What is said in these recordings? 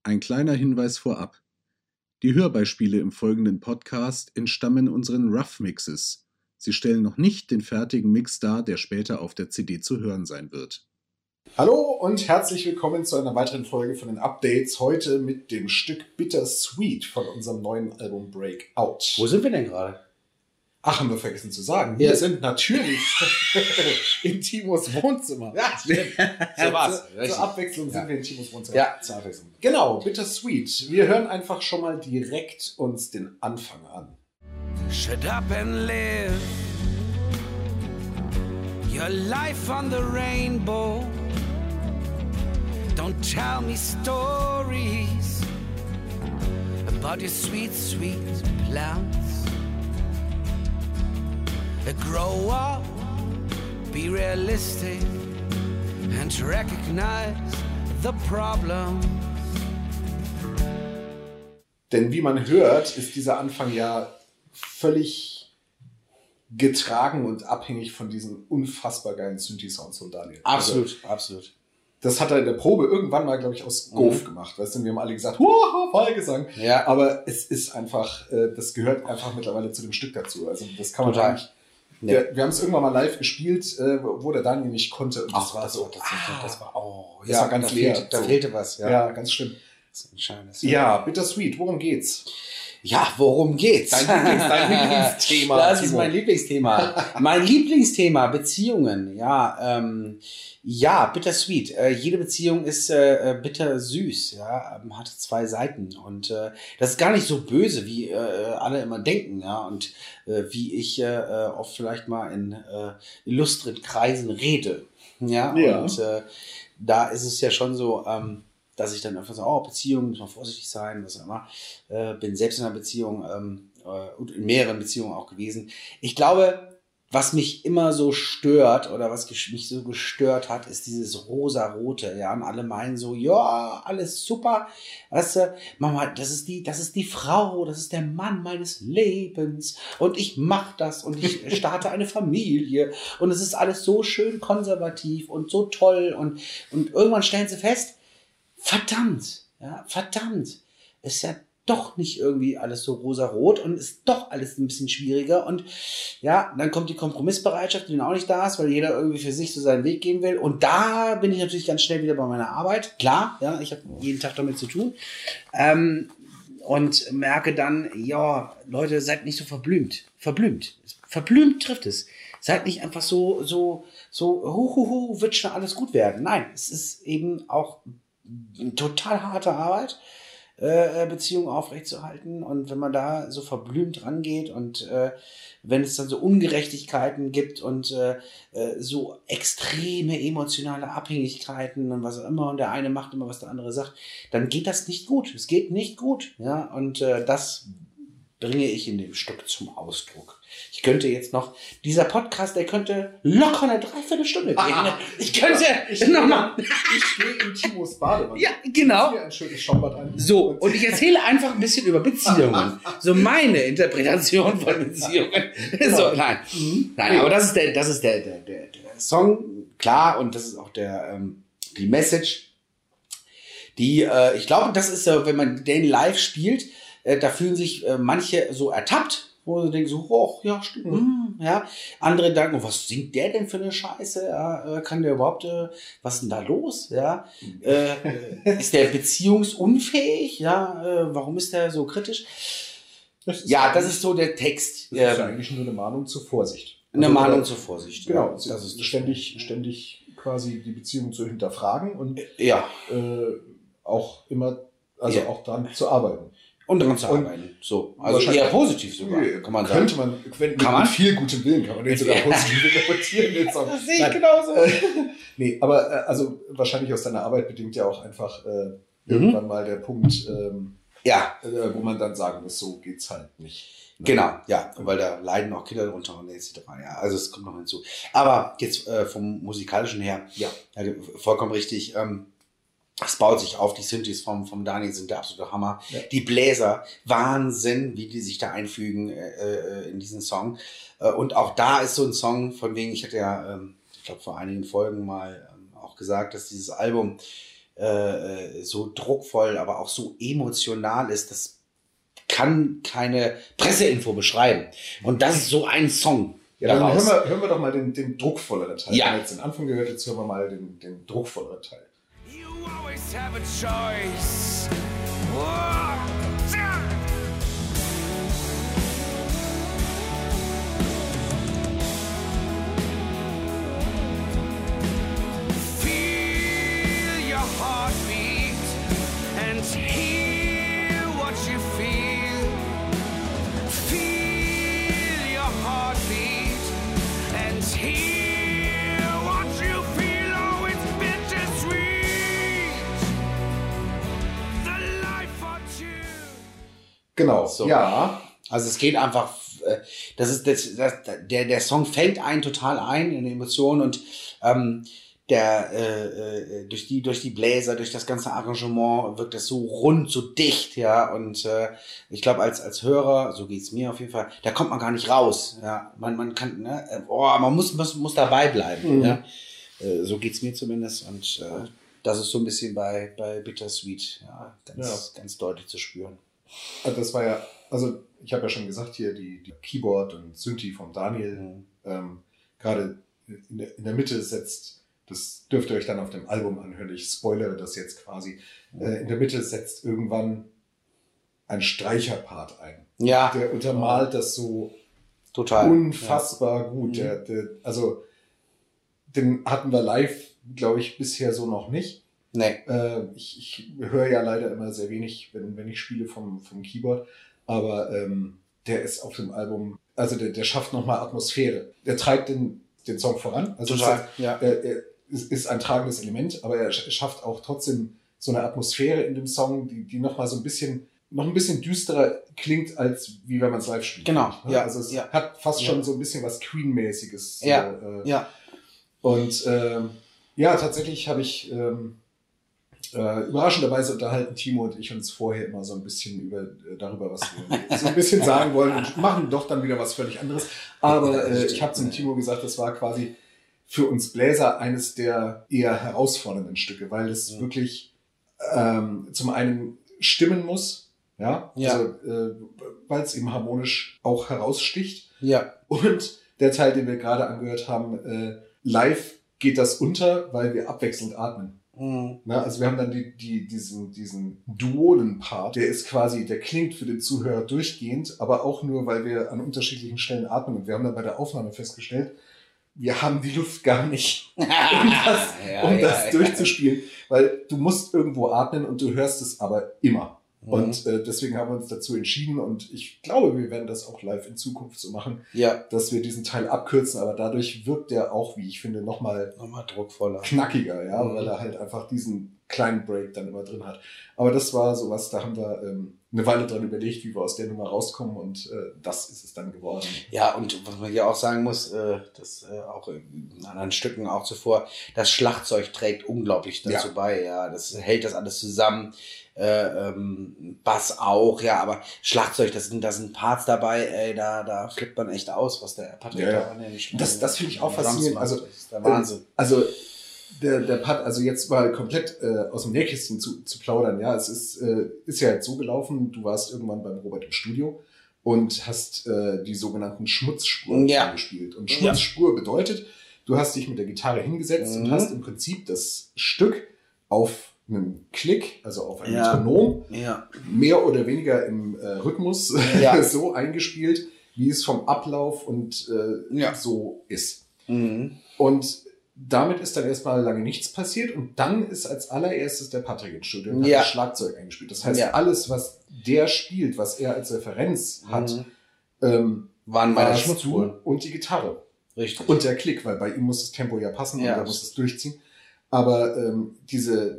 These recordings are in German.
Ein kleiner Hinweis vorab. Die Hörbeispiele im folgenden Podcast entstammen unseren Rough Mixes. Sie stellen noch nicht den fertigen Mix dar, der später auf der CD zu hören sein wird. Hallo und herzlich willkommen zu einer weiteren Folge von den Updates. Heute mit dem Stück Bittersweet von unserem neuen Album Breakout. Wo sind wir denn gerade? Ach, haben wir vergessen zu sagen. Ja. Wir sind natürlich in Timos Wohnzimmer. Ja, stimmt. So war's. Zur Abwechslung sind wir in Timos Wohnzimmer. Ja, zur Abwechslung. Genau, Bittersweet. Wir hören einfach schon mal direkt uns den Anfang an. Shut up and live your life on the rainbow. Don't tell me stories about your sweet, sweet plans. Grow up, be realistic and recognize the problem. Denn wie man hört, ist dieser Anfang ja völlig getragen und abhängig von diesem unfassbar geilen Synthi-Sounds von Daniel. Absolut, Also, absolut. das hat er in der Probe irgendwann mal, glaube ich, aus Goof gemacht. Weißt du, wir haben alle gesagt, wow, Fallgesang. Ja. Aber es ist einfach, das gehört einfach mittlerweile zu dem Stück dazu. Also das kann man Total. gar nicht. Wir haben es irgendwann mal live gespielt, wo der Daniel nicht konnte. Und das war so, das war, das war ganz leer. Da fehlte was, ja. Ja, ganz schlimm. Das ist ein Scheines. Ja, Bittersweet, worum geht's? Ja, worum geht's? Dein Lieblingsthema. Das ist Timo. mein Lieblingsthema. Mein Lieblingsthema, Beziehungen. Ja, bittersweet. Jede Beziehung ist bittersüß, ja, hat zwei Seiten. Und das ist gar nicht so böse, wie alle immer denken, ja. Und wie ich oft vielleicht mal in illustren Kreisen rede. Ja. Ja. Und da ist es ja schon so, dass ich dann einfach so, Beziehungen, muss man vorsichtig sein, was auch immer. Bin selbst in einer Beziehung und in mehreren Beziehungen auch gewesen. Ich glaube, was mich immer so stört oder was mich so gestört hat, ist dieses rosa-rote. Ja, und alle meinen so, ja, alles super. Weißt du, Mama, das ist die Frau, das ist der Mann meines Lebens. Und ich mach das und ich starte eine Familie. Und es ist alles so schön konservativ und so toll. Und irgendwann stellen sie fest, verdammt, ist ja doch nicht irgendwie alles so rosarot und ist doch alles ein bisschen schwieriger und ja, dann kommt die Kompromissbereitschaft, die dann auch nicht da ist, weil jeder irgendwie für sich so seinen Weg gehen will und da bin ich natürlich ganz schnell wieder bei meiner Arbeit, klar, ja, ich habe jeden Tag damit zu tun und merke dann, ja, Leute, seid nicht so verblümt, trifft es, seid nicht einfach so, wird schon alles gut werden, nein, es ist eben auch total harte Arbeit, Beziehungen aufrechtzuerhalten und wenn man da so verblümt rangeht und wenn es dann so Ungerechtigkeiten gibt und so extreme emotionale Abhängigkeiten und was auch immer und der eine macht immer, was der andere sagt, dann geht das nicht gut. Es geht nicht gut, ja, und das bringe ich in dem Stück zum Ausdruck. Ich könnte jetzt noch, dieser Podcast, der könnte locker eine Dreiviertelstunde gehen. Ich könnte nochmal. Ich stehe in Timos Badewanne. Ja, genau. Hier ein schönes Schaumbad an. So, und ich erzähle einfach ein bisschen über Beziehungen. So meine Interpretation von Beziehungen. So, nein, aber das ist der Song, klar, und das ist auch die Message, die, ich glaube, das ist so, wenn man den live spielt, da fühlen sich manche so ertappt, wo sie denken so, oh, ja, stimmt, ja. Andere denken, was singt der denn für eine Scheiße? Ja, kann der überhaupt, was ist denn da los? Ja, ist der beziehungsunfähig? Ja, warum ist der so kritisch? Das ist so der Text. Das ist eigentlich nur eine Mahnung zur Vorsicht. Eine Mahnung zur Vorsicht. Genau, ja. das ist ständig quasi die Beziehung zu hinterfragen und auch immer, auch dran zu arbeiten. Und daran zu arbeiten. So. Also eher positiv sogar, kann man sagen. Könnte man, mit viel gutem Willen kann man den sogar positiv interpretieren, den Song. Das sehe ich genauso. Nee, aber also wahrscheinlich aus deiner Arbeit bedingt ja auch einfach irgendwann mal der Punkt, wo man dann sagen muss, so geht's halt nicht. Ne? Genau, ja, weil da leiden auch Kinder drunter und etc. Ja, also es kommt noch hinzu. Aber jetzt vom musikalischen her, vollkommen richtig. Es baut sich auf, die Synthes vom Daniel sind der absolute Hammer. Ja. Die Bläser, Wahnsinn, wie die sich da einfügen in diesen Song. Und auch da ist so ein Song, von wegen, ich hatte ja, ich glaube vor einigen Folgen mal auch gesagt, dass dieses Album so druckvoll, aber auch so emotional ist, das kann keine Presseinfo beschreiben. Und das ist so ein Song. Ja, dann hören wir doch mal den druckvolleren Teil. Ja. Wir haben jetzt den Anfang gehört, jetzt hören wir mal den druckvolleren Teil. You always have a choice. Whoa. Feel your heartbeat and hear what you feel. Feel your heartbeat and hear what you feel. Oh, it's bittersweet. The life for two. Genau, So. ja. Also es geht einfach, der Song fängt einen total ein in Emotionen und durch die Bläser, durch das ganze Arrangement wirkt das so rund, so dicht, ja, und ich glaube als Hörer, so geht's mir auf jeden Fall, da kommt man gar nicht raus, ja, man kann, ne, man muss dabei bleiben, ja, so geht's mir zumindest und das ist so ein bisschen bei Bittersweet, ja, ganz deutlich zu spüren. Also das war ja, also ich habe ja schon gesagt, hier die Keyboard und Synthi vom Daniel, gerade in der Mitte setzt, das dürft ihr euch dann auf dem Album anhören, ich spoilere das jetzt quasi, in der Mitte setzt irgendwann ein Streicherpart ein. Ja. Der untermalt das so Total. unfassbar gut. Also den hatten wir live, glaube ich, bisher so noch nicht. Nee. Ich höre ja leider immer sehr wenig, wenn ich spiele vom Keyboard, aber der ist auf dem Album, also der schafft nochmal Atmosphäre. Der treibt den Song voran. Also Total, er ist ein tragendes Element, aber er schafft auch trotzdem so eine Atmosphäre in dem Song, die nochmal so ein bisschen düsterer klingt, als wie wenn man es live spielt. Genau, Ne? ja. Also es ja. hat fast schon so ein bisschen was Queen-mäßiges. Ja, so, ja. Und ja, tatsächlich habe ich überraschenderweise unterhalten Timo und ich uns vorher immer so ein bisschen darüber, was wir so ein bisschen sagen wollen und machen doch dann wieder was völlig anderes. Aber ich habe zum Timo gesagt, das war quasi für uns Bläser eines der eher herausfordernden Stücke, weil es wirklich zum einen stimmen muss, ja. Also, weil es eben harmonisch auch heraussticht. Ja. Und der Teil, den wir gerade angehört haben, live geht das unter, weil wir abwechselnd atmen. Na, also wir haben dann diesen duolen Part, der klingt für den Zuhörer durchgehend, aber auch nur, weil wir an unterschiedlichen Stellen atmen. Und wir haben dann bei der Aufnahme festgestellt, wir haben die Luft gar nicht, um das durchzuspielen, weil du musst irgendwo atmen und du hörst es aber immer. Und deswegen haben wir uns dazu entschieden und ich glaube, wir werden das auch live in Zukunft so machen, dass wir diesen Teil abkürzen, aber dadurch wirkt der auch, wie ich finde, nochmal druckvoller, knackiger, ja, weil er halt einfach diesen kleinen Break dann immer drin hat. Aber das war sowas, da haben wir eine Weile dran überlegt, wie wir aus der Nummer rauskommen und das ist es dann geworden. Ja, und was man hier auch sagen muss, das auch in anderen Stücken auch zuvor, das Schlagzeug trägt unglaublich dazu bei, ja, das hält das alles zusammen. Bass auch, ja, aber Schlagzeug, da sind Parts dabei, ey, da flippt man echt aus, was der Patrick da nämlich das finde ich auch faszinierend. Also, das ist der Wahnsinn. Also der Part, also jetzt mal komplett aus dem Nähkästchen zu plaudern, ja, es ist ja jetzt so gelaufen, du warst irgendwann beim Robert im Studio und hast die sogenannten Schmutzspuren gespielt. Und Schmutzspur bedeutet, du hast dich mit der Gitarre hingesetzt und hast im Prinzip das Stück auf einen Klick, also auf ein Metronom, mehr oder weniger im Rhythmus so eingespielt, wie es vom Ablauf und so ist. Und damit ist dann erstmal lange nichts passiert und dann ist als allererstes der Patrick ins Studio und hat das Schlagzeug eingespielt. Das heißt, alles, was der spielt, was er als Referenz hat, waren meine Schmutzspuren und die Gitarre. Richtig. Und der Klick, weil bei ihm muss das Tempo ja passen und er muss es durchziehen. Aber diese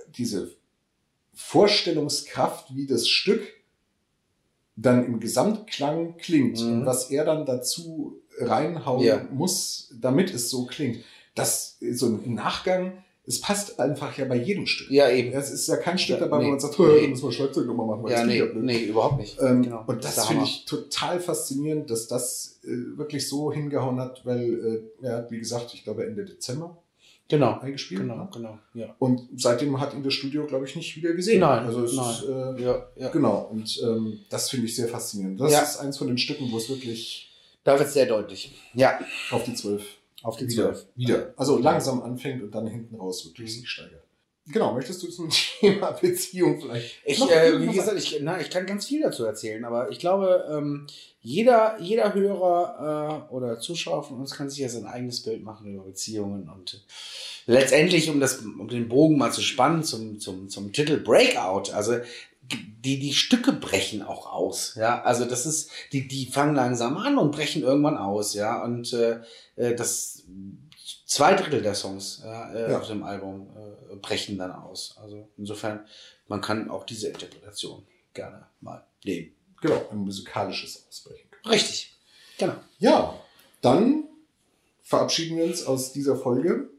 Vorstellungskraft, wie das Stück dann im Gesamtklang klingt und was er dann dazu reinhauen muss, damit es so klingt, das so im Nachgang, es passt einfach ja bei jedem Stück. Ja, eben. Es ist ja kein Stück dabei, wo man sagt, müssen wir Schlagzeug nochmal machen. Weil überhaupt nicht. Genau. Und das finde ich total faszinierend, dass das wirklich so hingehauen hat, weil, wie gesagt, ich glaube Ende Dezember Genau. eingespielt. Genau, Ne? genau, ja. Und seitdem hat ihn das Studio, glaube ich, nicht wieder gesehen. Nein, also es nein. ist, Ja. genau. Und das finde ich sehr faszinierend. Das Ja. ist eins von den Stücken, wo es wirklich Da wird es sehr deutlich. Ja, auf die 12 auf die wieder, 12. wieder. Also langsam anfängt und dann hinten raus wirklich sich steigert. Genau, möchtest du zum Thema Beziehung vielleicht? Wie gesagt, ich kann ganz viel dazu erzählen, aber ich glaube, jeder Hörer oder Zuschauer von uns kann sich ja sein eigenes Bild machen über Beziehungen und letztendlich, um den Bogen mal zu spannen zum Titel Breakout, also die Stücke brechen auch aus, ja, also das ist, die fangen langsam an und brechen irgendwann aus, ja, und das 2/3 der Songs auf dem Album brechen dann aus. Also insofern, man kann auch diese Interpretation gerne mal nehmen. Genau, ein musikalisches Ausbrechen. Richtig, genau. Ja, dann verabschieden wir uns aus dieser Folge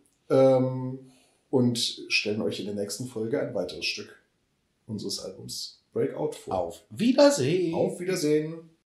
und stellen euch in der nächsten Folge ein weiteres Stück unseres Albums Breakout vor. Auf Wiedersehen. Auf Wiedersehen.